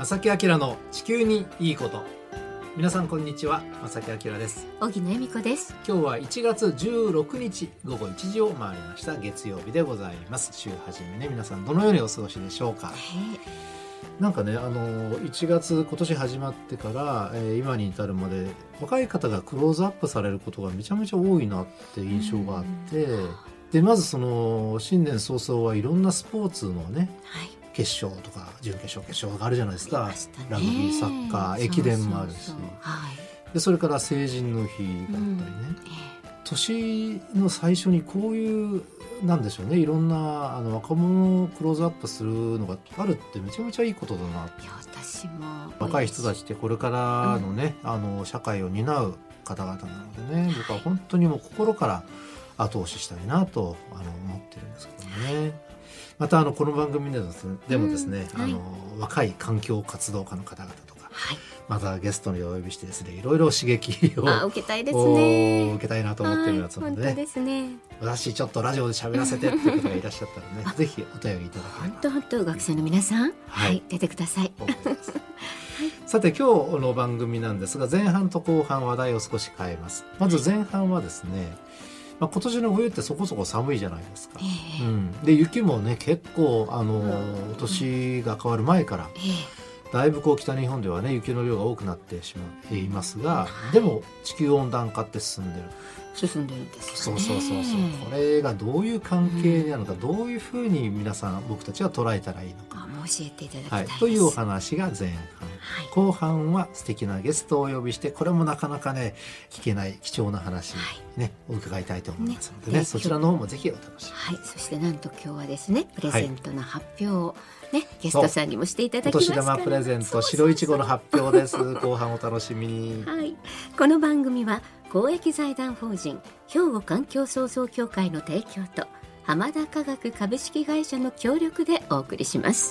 正木明の地球にいいこと。皆さんこんにちは、正木明です。 荻野恵美子です。 今日は1月16日午後1時を回りました月曜日でございます。週始めね、皆さんどのようにお過ごしでしょうか。なんかね、1月今年始まってから、今に至るまで若い方がクローズアップされることがめちゃめちゃ多いなって印象があって、でまずその新年早々はいろんなスポーツのね、決勝とか準決勝決勝があるじゃないですか。ラグビー、サッカー、駅伝もあるし、でそれから成人の日があったりね、年の最初にこういうなんでしょうね、いろんな若者をクローズアップするのがあるってめちゃめちゃいいことだなって。 私も若い人たちってこれからのね、社会を担う方々なのでね、僕は本当にもう心から後押ししたいなと思ってるんですけどね。またこの番組でもですね、若い環境活動家の方々とか、またゲストにお呼びしてですね、いろいろ刺激を受けたいですね。 受けたいなと思ってるやつなので、 本当ですね。 私ちょっとラジオで喋らせてっていう方がいらっしゃったらねぜひお便りいただければ。 本当学生の皆さん、出てください。 さて今日の番組なんですが、前半と後半話題を少し変えます。まず前半はですね、今年の冬ってそこそこ寒いじゃないですか、で雪もね結構年が変わる前から、だいぶこう北日本ではね雪の量が多くなってしまっていますが、でも地球温暖化って進んでるんですよね。 そうこれがどういう関係なのか、どういうふうに皆さん僕たちは捉えたらいいのか、 教えていただきたいです、 というお話が前半、後半は素敵なゲストをお呼びして、これもなかなかね聞けない貴重な話お伺いたいと思いますのでね、そちらの方もぜひお楽しみに。 そしてなんと今日はですね、プレゼントの発表をゲストさんにもしていただきますから、 お年玉プレゼント白いちごの発表です。後半お楽しみに。 この番組は公益財団法人兵庫環境創造協会の提供と浜田化学株式会社の協力でお送りします。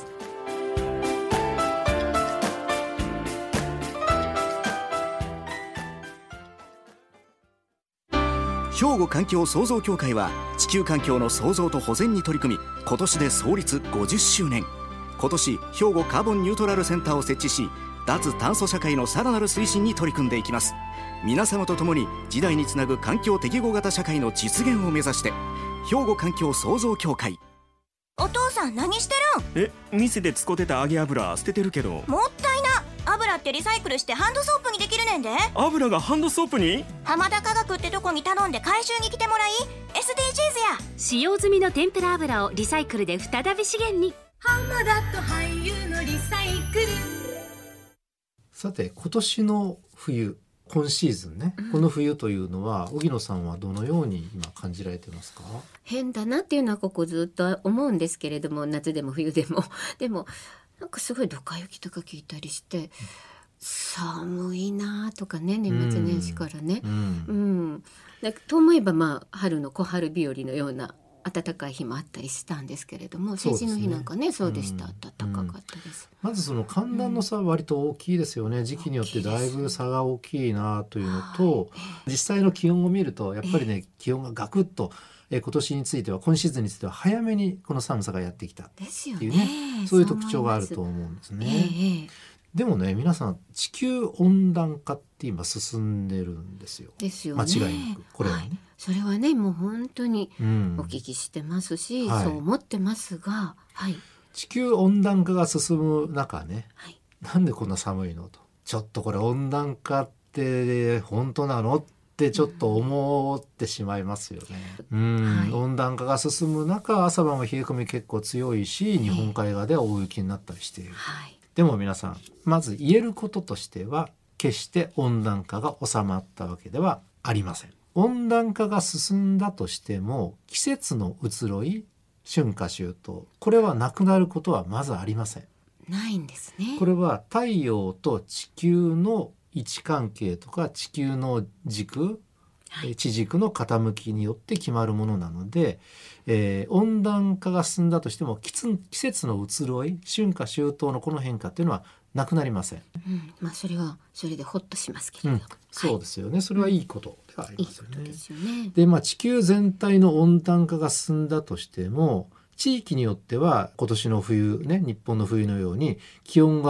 兵庫環境創造協会は地球環境の創造と保全に取り組み、今年で創立50周年。今年兵庫カーボンニュートラルセンターを設置し、脱炭素社会のさらなる推進に取り組んでいきます。皆様と共に時代につなぐ環境適合型社会の実現を目指して、兵庫環境創造協会。 お父さん何してるん？店で使ってた揚げ油捨ててるけど。 もったいな。油ってリサイクルしてハンドソープにできるねんで。 油がハンドソープに？ 浜田化学ってとこに頼んで回収に来てもらい、 SDGs や。 使用済みの天ぷら油をリサイクルで再び資源に。 浜田と俳優のリサイクル。 さて今年の冬、今シーズンね、この冬というのは荻野さんはどのように今感じられてますか？ 変だなっていうのはここずっと思うんですけれども、夏でも冬でもでもなんかすごいドカ雪とか聞いたりして、寒いなとかね、年末年始からね、と思えば春の小春日和のような暖かい日もあったりしたんですけれども、成人の日なんかね、そうでした。暖かかったです。 まずその寒暖の差は割と大きいですよね。時期によってだいぶ差が大きいなというのと、実際の気温を見るとやっぱりね、気温がガクッと今年については、今シーズンについては早めにこの寒さがやってきたっていうね、そういう特徴があると思うんですね。でもね、皆さん地球温暖化って今進んでるんですよ。間違いなくこれはね、 それはねもう本当にお聞きしてますし、そう思ってますが、 地球温暖化が進む中ね、なんでこんな寒いのと、ちょっとこれ温暖化って本当なのってちょっと思ってしまいますよね。温暖化が進む中、朝晩は冷え込み結構強いし、日本海側では大雪になったりしている。でも皆さん、まず言えることとしては、決して温暖化が収まったわけではありません。温暖化が進んだとしても、季節の移ろい、春夏秋冬、これはなくなることはまずありません。 ないんですね。 これは太陽と地球の位置関係とか地球の軸、地軸の傾きによって決まるものなので、温暖化が進んだとしても季節の移ろい、春夏秋冬のこの変化っていうのはなくなりません。 それはそれでホッとしますけれど、 そうですよね。それはいいことではありますよね。 いいことですよね。 で、地球全体の温暖化が進んだとしても、地域によっては今年の冬ね、日本の冬のように気温が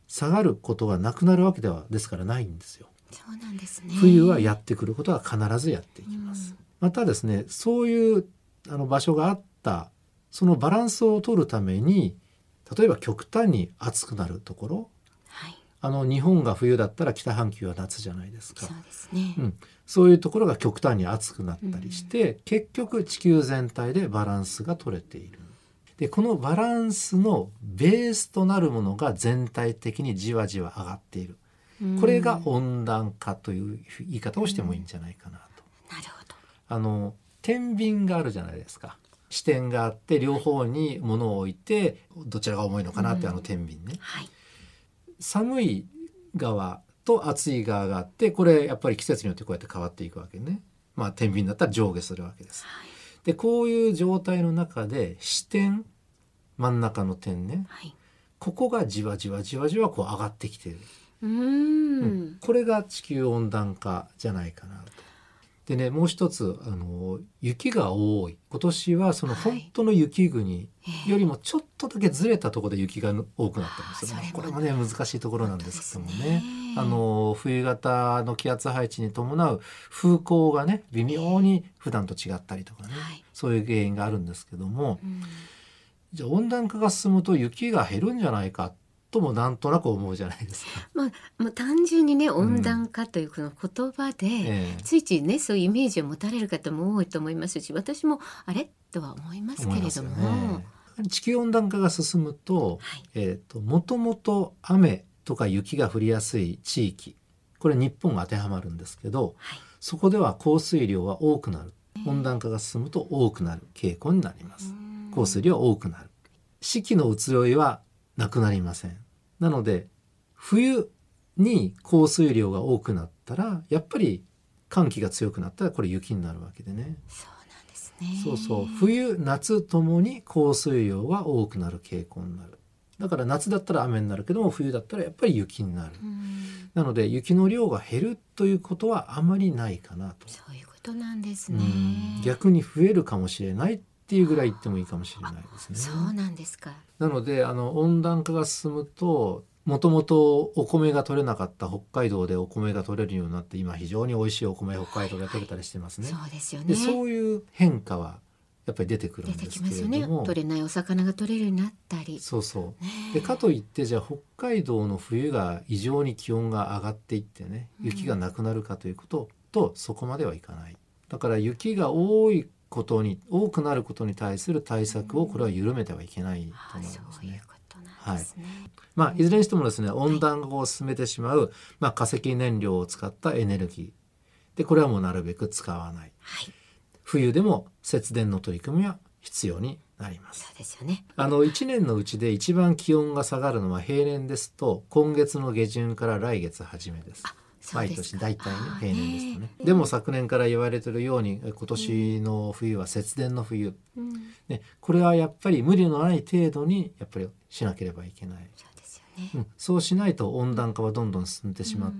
下がることがなくなるわけですからないんですよ。 そうなんですね。 冬はやってくることは必ずやっていきます。またですね、そういう場所があったそのバランスを取るために、例えば極端に暑くなるところ、はい、日本が冬だったら北半球は夏じゃないですか。 そうですね、 そういうところが極端に暑くなったりして、結局地球全体でバランスが取れている。でこのバランスのベースとなるものが全体的にじわじわ上がっている。これが温暖化という言い方をしてもいいんじゃないかなと。 なるほど。 天秤があるじゃないですか。視点があって両方に物を置いてどちらが重いのかなって天秤ね、はい、寒い側と暑い側があって、これやっぱり季節によってこうやって変わっていくわけね。天秤だったら上下するわけです、はい、でこういう状態の中で視点、真ん中の点ね、はい、ここがじわじわじわじわこう上がってきている。これが地球温暖化じゃないかなと。でね、もう一つ雪が多い。今年はその本当の雪国よりもちょっとだけずれたところで雪が多くなってますよね。これもね難しいところなんですけどもね、冬型の気圧配置に伴う風向がね微妙に普段と違ったりとかね、そういう原因があるんですけども、じゃあ温暖化が進むと雪が減るんじゃないかともなんとなく思うじゃないですか。 単純にね温暖化というこの言葉で、ついついねそういうイメージを持たれる方も多いと思いますし、私もあれとは思いますけれども、 地球温暖化が進むと、もともと雨とか雪が降りやすい地域、これ日本が当てはまるんですけど、そこでは降水量は多くなる。温暖化が進むと多くなる傾向になります。降水量は多くなる。四季の移ろいはなくなりません。なので冬に降水量が多くなったらやっぱり寒気が強くなったらこれ雪になるわけでね。 そうなんですね。 そうそう、冬夏ともに降水量が多くなる傾向になる。だから夏だったら雨になるけども冬だったらやっぱり雪になる。なので雪の量が減るということはあまりないかなと。 そういうことなんですね。 逆に増えるかもしれないっていうぐらい言ってもいいかもしれないですね。 そうなんですか。 なので温暖化が進むと、もともとお米が取れなかった北海道でお米が取れるようになって、今非常に美味しいお米北海道で取れたりしてますね。 そうですよね。 でそういう変化はやっぱり出てくるんですけれども、 出てきますよね。取れないお魚が取れるようになったり。 そうそう。でかといってじゃあ北海道の冬が異常に気温が上がっていってね、雪がなくなるかということと、そこまではいかない。だから雪が多くなることに対する対策をこれは緩めてはいけないと思うんですね。 そういうことなんですね。 いずれにしてもですね、温暖化を進めてしまう、化石燃料を使ったエネルギーで、これはもうなるべく使わない、冬でも節電の取り組みは必要になります。 そうですよね。 1年のうちで一番気温が下がるのは平年ですと今月の下旬から来月初めです。毎年大体ね平年ですとね。でも昨年から言われているように今年の冬は節電の冬、これはやっぱり無理のない程度にやっぱりしなければいけない。 そうですよね。 そうしないと温暖化はどんどん進んでしまって、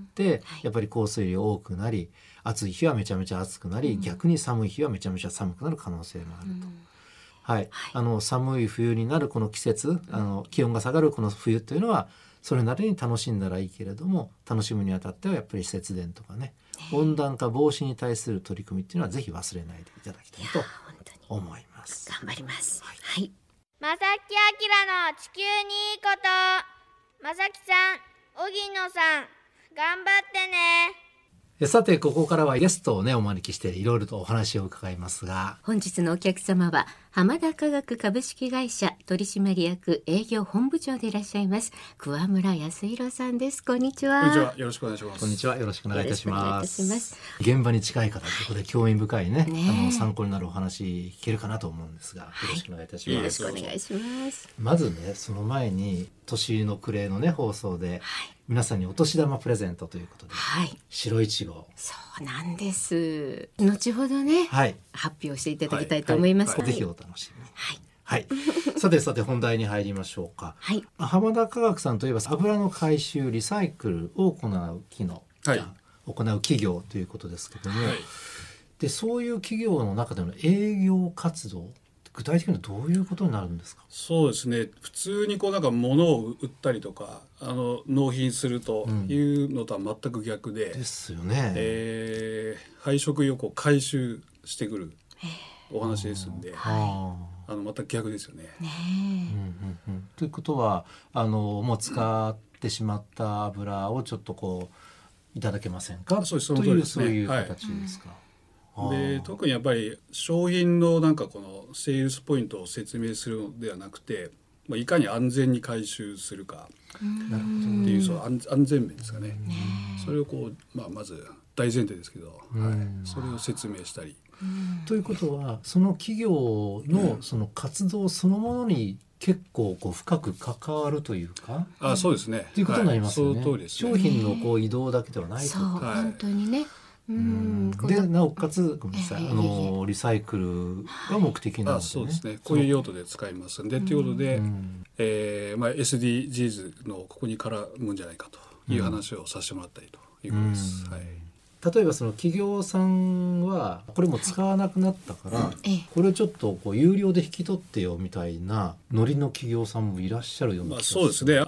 やっぱり降水量多くなり、暑い日はめちゃめちゃ暑くなり、逆に寒い日はめちゃめちゃ寒くなる可能性もあると。寒い冬になるこの季節、気温が下がるこの冬というのはそれなりに楽しんだらいいけれども、楽しむにあたってはやっぱり節電とかね、温暖化防止に対する取り組みっていうのはぜひ忘れないでいただきたいと思います。 頑張ります。 正木明の地球にいいこと。正木さん、荻野さん、頑張ってね。 さてここからはゲストをねお招きしていろいろとお話を伺いますが、 本日のお客様は浜田化学株式会社取締役営業本部長でいらっしゃいます桑村康弘さんです。こんにちは。 こんにちは。よろしくお願いします。 こんにちは。よろしくお願いいたします。現場に近い方ということで興味深いね、参考になるお話聞けるかなと思うんですが、よろしくお願いいたします。 よろしくお願いします。 まずねその前に年の暮れのね放送で、皆さんにお年玉プレゼントということで、白いちご。 そうなんです。後ほどね、発表していただきたいと思います。 ぜひお楽しみに。さて本題に入りましょうか。浜田化学さんといえば油の回収リサイクルを行う機能、行う企業ということですけども、でそういう企業の中での営業活動、 具体的にはどういうことになるんですか？ そうですね、普通にこうなんか物を売ったりとか納品するというのとは全く逆で、 ですよね、 配食用をこう回収してくるお話ですんで、全く逆ですよね。 ということはもう使ってしまった油をちょっとこういただけませんか、 そういう形ですか？ で特にやっぱり商品のなんかこのセールスポイントを説明するのではなくて、いかに安全に回収するかっていうその安全面ですかね。それをこう、まず大前提ですけど、それを説明したり。 ということはその企業のその活動そのものに結構こう深く関わるというか、 そうですね。 ということになりますよね。 その通りですね。 商品のこう移動だけではないと。 そう、本当にね。 でなおかつごめんなさい、リサイクルが目的なので、ね、 そうですね、こういう用途で使いますんでということで、SDGs のここに絡むんじゃないかという話をさせてもらったりということです、 例えばその企業さんはこれも使わなくなったから、これをちょっとこう有料で引き取ってよみたいなノリの企業さんもいらっしゃるような気がする。 そうですね、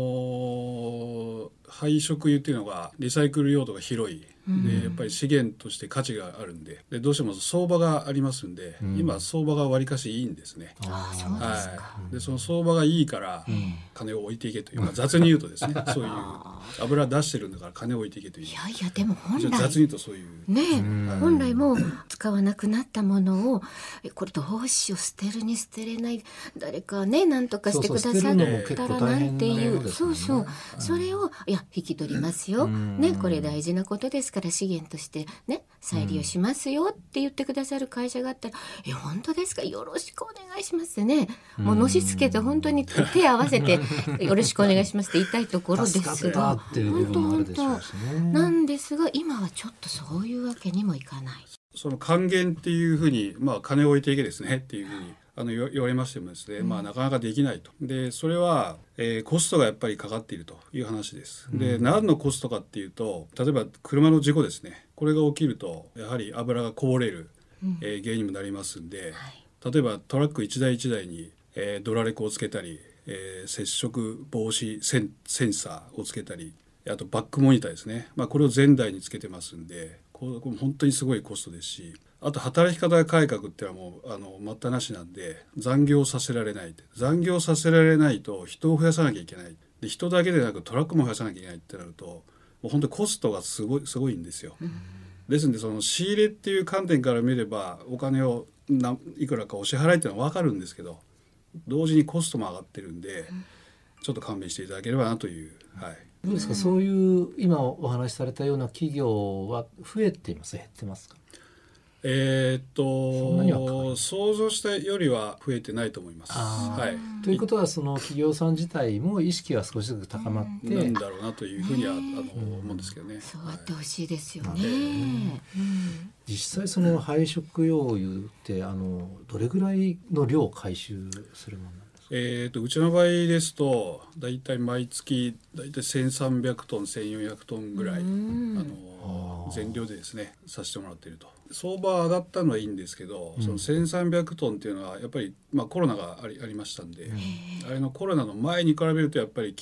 廃食油っていうのがリサイクル用途が広いで、やっぱり資源として価値があるんで、どうしても相場がありますんで、今相場がわりかしいいんですね。でその相場がいいから金を置いていけという、雑に言うとですねそういう油出してるんだから金を置いていけという。 いやでも本来雑に言うとそういうね、本来もう使わなくなったものをこれどうしよう、捨てるに捨てれない、誰かねなんとかしてくださったらなんていう、それをいや引き取りますよ、ね、これ大事なことですから資源としてね再利用しますよって言ってくださる会社があったら、本当ですか、よろしくお願いしますね、もうのしつけて本当に手合わせてよろしくお願いしますって言いたいところですが、本当なんですが、今はちょっとそういうわけにもいかない。 その還元っていうふうに、金を置いていけですねっていうふうに言われましてもですね、なかなかできないと。でそれは、コストがやっぱりかかっているという話です。で何のコストかっていうと、例えば車の事故ですね、これが起きるとやはり油がこぼれる、原因にもなりますんで、例えばトラック一台一台に、ドラレコをつけたり、接触防止センサーをつけたり、あとバックモニターですね、これを全台につけてますんで、これ本当にすごいコストですし、あと働き方改革っていうのはもう待ったなしなんで、残業させられない、残業させられないと人を増やさなきゃいけない、で人だけでなくトラックも増やさなきゃいけないってなると、もう本当にコストがすごいんですよ。ですのでその仕入れっていう観点から見ればお金をいくらかお支払いっていうのは分かるんですけど、同時にコストも上がってるんで、ちょっと勘弁していただければなという。 どうですか、そういう今お話しされたような企業は増えています、減ってますか？ 想像したよりは増えてないと思います。 ということはその企業さん自体も意識は少しずつ高まってなんだろうなというふうには思うんですけどね。 そうあってほしいですよね。 実際その廃食用油ってどれぐらいの量を回収するものなんですか？ うちの場合ですとだいたい毎月だいたい1300トン1400トンぐらい全量でですねさせてもらっていると。相場上がったのはいいんですけど、その1300トンっていうのはやっぱり、コロナがありましたんで、あれのコロナの前に比べるとやっぱり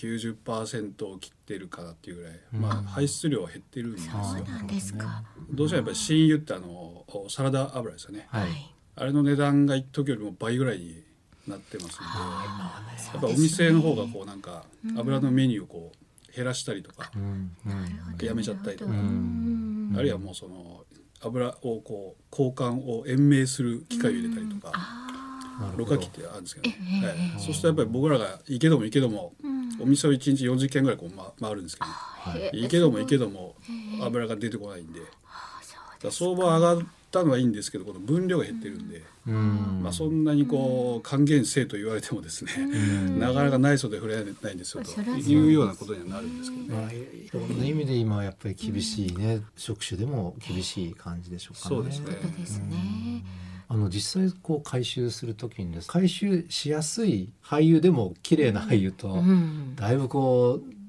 90% を切ってるかなっていうぐらい、排出量は減ってるんですよ。 そうなんですか。 どうしてもやっぱり新油ってサラダ油ですよね、あれの値段が一時よりも倍ぐらいになってますので、やっぱお店の方がこうなんか油のメニューをこう減らしたりとか、やめちゃったりとか、あるいはもうその油をこう交換を延命する機械を入れたりとか、ろ過器ってあるんですけどね、そうするとやっぱり僕らが行けどもお店を1日40軒ぐらいこう回るんですけど、行けども油が出てこないんで、相場上がったのはいいんですけど、この分量が減ってるんで、そんなにこう還元せえと言われてもですね、なかなか内装で触れないんですよというようなことにはなるんですけどね。 いろんな意味で今はやっぱり厳しいね、職種でも厳しい感じでしょうかね。 そうですね。 実際こう回収するときにです、回収しやすい廃油でも綺麗な廃油と、だいぶこう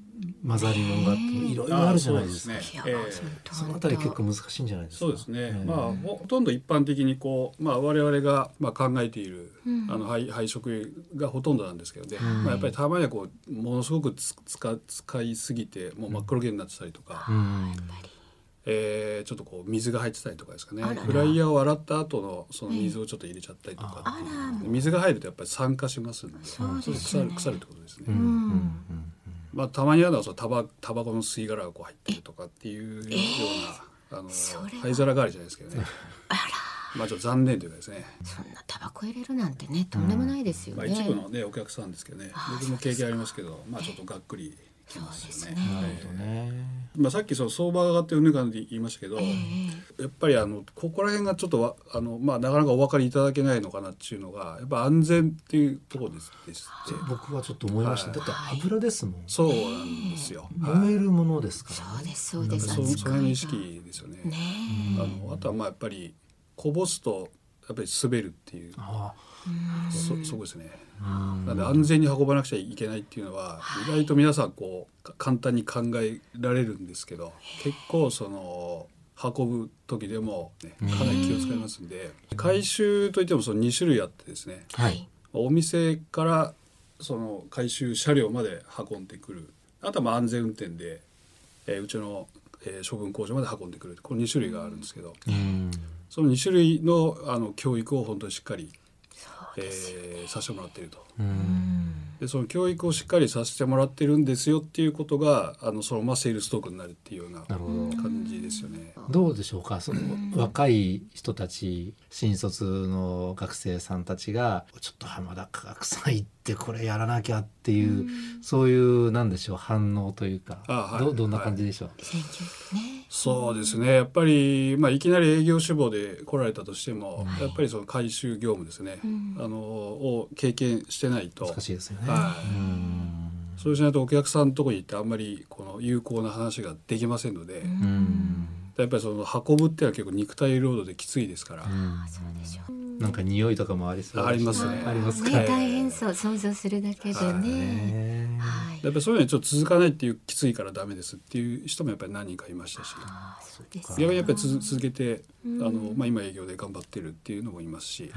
混ざり物があっていろいろあるじゃないですか。そのあたり結構難しいんじゃないですか。 そうですね、ほとんど一般的にこう、我々が考えている、配色がほとんどなんですけどね、やっぱりたまにはこうものすごく使いすぎてもう真っ黒毛になってたりとか、ちょっとこう水が入ってたりとかですかね。フライヤーを洗った後のその水をちょっと入れちゃったりとかっていう、水が入るとやっぱり酸化しますんで、ちょっと腐るってことですね。たまにはタバコの吸い殻がこう入ってるとかっていうような灰皿代わりじゃないですけどね。ちょっと残念というかですね。 そんなタバコ入れるなんてね、とんでもないですよね。 一部のねお客さんですけどね、僕も経験ありますけど、ちょっとがっくりきますよね。さっきその相場が上がってるかんで言いましたけど、やっぱりここら辺がちょっとなかなかお分かりいただけないのかなっていうのがやっぱ安全っていうところですって僕はちょっと思いました。だって油ですもん。 そうなんですよ。 燃えるものですから。 そうですそうです。 その辺の意識ですよね。あとはやっぱりこぼすとやっぱり滑るっていう。そうですね。なので安全に運ばなくちゃいけないっていうのは意外と皆さんこう簡単に考えられるんですけど、結構その運ぶ時でも、かなり気を使いますんで、回収といってもその2種類あってですね、お店からその回収車両まで運んでくる、あとは安全運転で、うちの、処分工場まで運んでくる、この2種類があるんですけど、その2種類の教育を本当にしっかりさせてもらっていると。でその教育をしっかりさせてもらってるんですよっていうことがそのセールストークになるっていうような感じですよね。 どうでしょうか、その若い人たち、新卒の学生さんたちがちょっと浜田科学祭行ってこれやらなきゃっていう、そういうなんでしょう反応というか、どんな感じでしょう。 そうですね、やっぱり、いきなり営業志望で来られたとしても、やっぱりその回収業務ですね、を経験してないと難しいですよね。 そうしないとお客さんのところに行ってあんまりこの有効な話ができませんので、やっぱりその運ぶっていうのは結構肉体労働できついですから。 なんか匂いとかもありそう。 ありますね。 ありますか。大変そう、想像するだけでね。 やっぱりそういうのはちょっと続かないっていうきついからダメですっていう人もやっぱり何人かいましたし、逆にやっぱり続けて今営業で頑張ってるっていうのもいますし、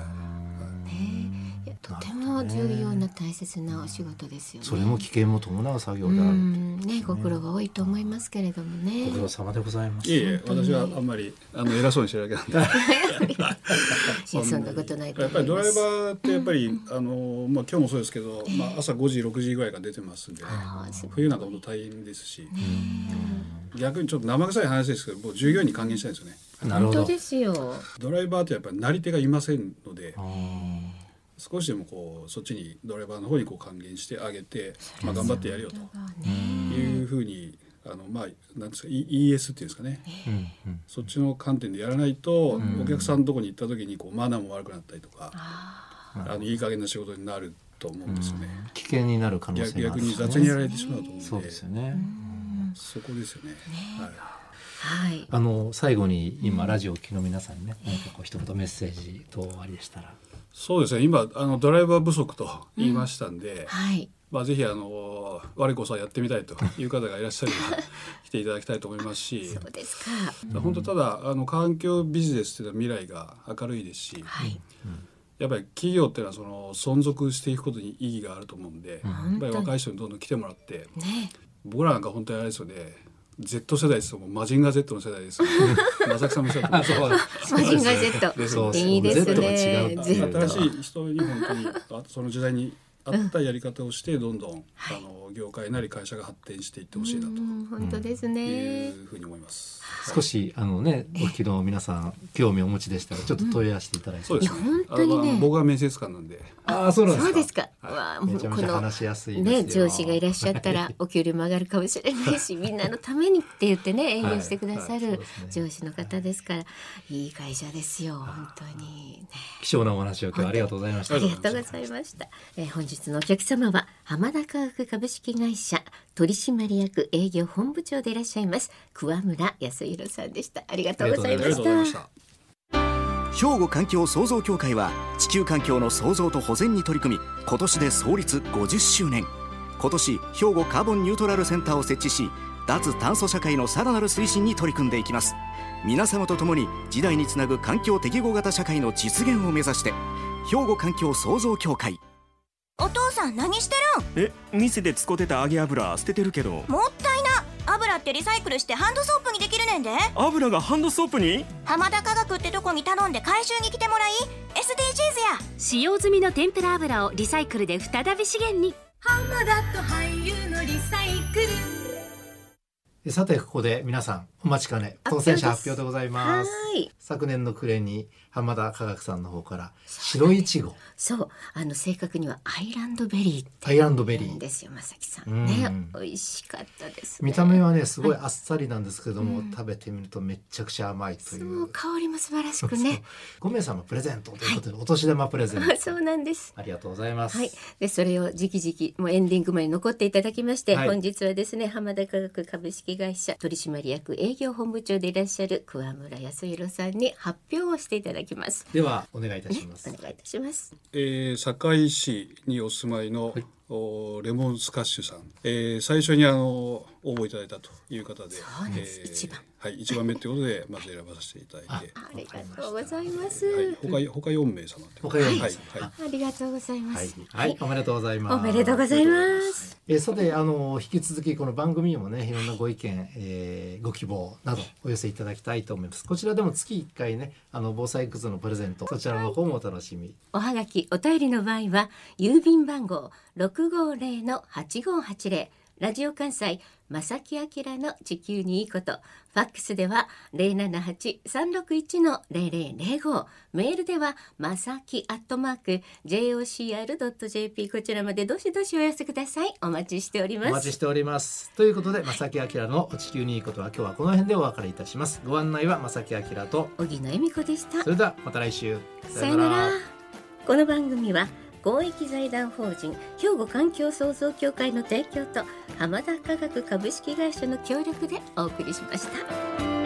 とても重要な大切なお仕事ですよね。 それも危険も伴う作業であるね、ご苦労が多いと思いますけれどもね。 ご苦労様でございます。 私はあんまり偉そうにしてるだけなんでそんなことないと思います。 やっぱりドライバーってやっぱり今日もそうですけど、朝5時6時ぐらいから出てますんで、冬なんか本当大変ですし、逆にちょっと生臭い話ですけど、もう従業員に還元したいんですよね。 本当ですよ。 ドライバーってやっぱりなり手がいませんので、少しでもこうそっちにドライバーの方にこう還元してあげて、頑張ってやるよというふうになんですか ES っていうんですかね、そっちの観点でやらないと、お客さんのとこに行った時にこうマナーも悪くなったりとか、いい加減な仕事になると思うんですよね。 危険になる可能性がある、 逆に雑にやられてしまうと思うんで、 そうですよね。 そこですよね。 最後に今ラジオを聴きの皆さんにね、何かこう一言メッセージと終わりでしたら。 そうですね、今ドライバー不足と言いましたんで、ぜひ我こそはやってみたいという方がいらっしゃれば来ていただきたいと思いますし、 そうですか。 本当ただ環境ビジネスっていうのは未来が明るいですし、やっぱり企業っていうのはその存続していくことに意義があると思うんで、やっぱり若い人にどんどん来てもらって、僕らなんか本当にあれですよね、Z 世代ですよ、もうマジンガー Z の世代ですよ、正木さんもそうだと思います。 マジンガー Z いいですね。 新しい人に本当にその時代に合ったやり方をしてどんどん業界なり会社が発展していってほしいなと本当ですね、 いうふうに思います。 少しお聞きの皆さん興味をお持ちでしたらちょっと問い合わせていただいて。 そうですね、 本当にね、 僕は面接官なんで。 そうですか。 めちゃめちゃ話しやすいですよ。上司がいらっしゃったらお給料も上がるかもしれないし、みんなのためにって言ってね営業してくださる上司の方ですから、いい会社ですよ本当に。 貴重なお話を今日はありがとうございました。 ありがとうございました。本日のお客様は浜田科学株式会社取締役営業本部長でいらっしゃいます桑村康弘さんでした。ありがとうございました。 兵庫環境創造協会は地球環境の創造と保全に取り組み、今年で創立50周年。 今年兵庫カーボンニュートラルセンターを設置し、脱炭素社会のさらなる推進に取り組んでいきます。皆様と共に時代につなぐ環境適合型社会の実現を目指して、兵庫環境創造協会。 お父さん何してるん？ 店で使ってた揚げ油捨ててるけど。 もったいな。油ってリサイクルしてハンドソープにできるねんで。 油がハンドソープに？ 浜田化学ってとこに頼んで回収に来てもらい、 SDGs や。 使用済みの天ぷら油をリサイクルで再び資源に。 浜田と俳優のリサイクル。 さてここで皆さんお待ちかね当選者発表でございます。 はい。 昨年の暮れに浜田化学さんの方から白いちご、 そう正確にはアイランドベリーってアイランドベリーですよ、まさきさんね。 うん美味しかったですね。 見た目はねすごいあっさりなんですけども、食べてみるとめちゃくちゃ甘いといそうう香りも素晴らしくね。 5名様プレゼントということで、お年玉プレゼントそうなんです。 ありがとうございます。 はい、でそれを直々もうエンディングまで残っていただきまして、 はい本日はですね浜田化学株式会社取締役営業本部長でいらっしゃる桑村康弘さんに発表をしていただきます。 ではお願いいたします。 お願いいたします。 堺市にお住まいの、レモンスカッシュさん、最初に応募いただいたという方で、 そうです一番はい、1番目ということでまず選ばさせていただいて、 ありがとうございます。 はい、他4名様他4名様、 はいありがとうございまはいす。 はいおめでとうございます。 おめでとうございます。 さて引き続きこの番組にもねいろんなご意見、ご希望などお寄せいただきたいと思います。こちらでも月1回ね防災グッズのプレゼント、そちらの方もお楽しみ。 おはがきお便りの場合は郵便番号 650-8580 ラジオ関西正木明の地球にいいこと、ファックスでは 078-361-0005、メールではまさき@jocr.jp、 こちらまでどしどしお寄せください。お待ちしております。 お待ちしております。ということで正木明の地球にいいことは今日はこの辺でお別れいたします。ご案内は正木明と荻野恵美子でした。 それではまた来週。 さよなら。この番組は公益財団法人兵庫環境創造協会の提供と浜田化学株式会社の協力でお送りしました。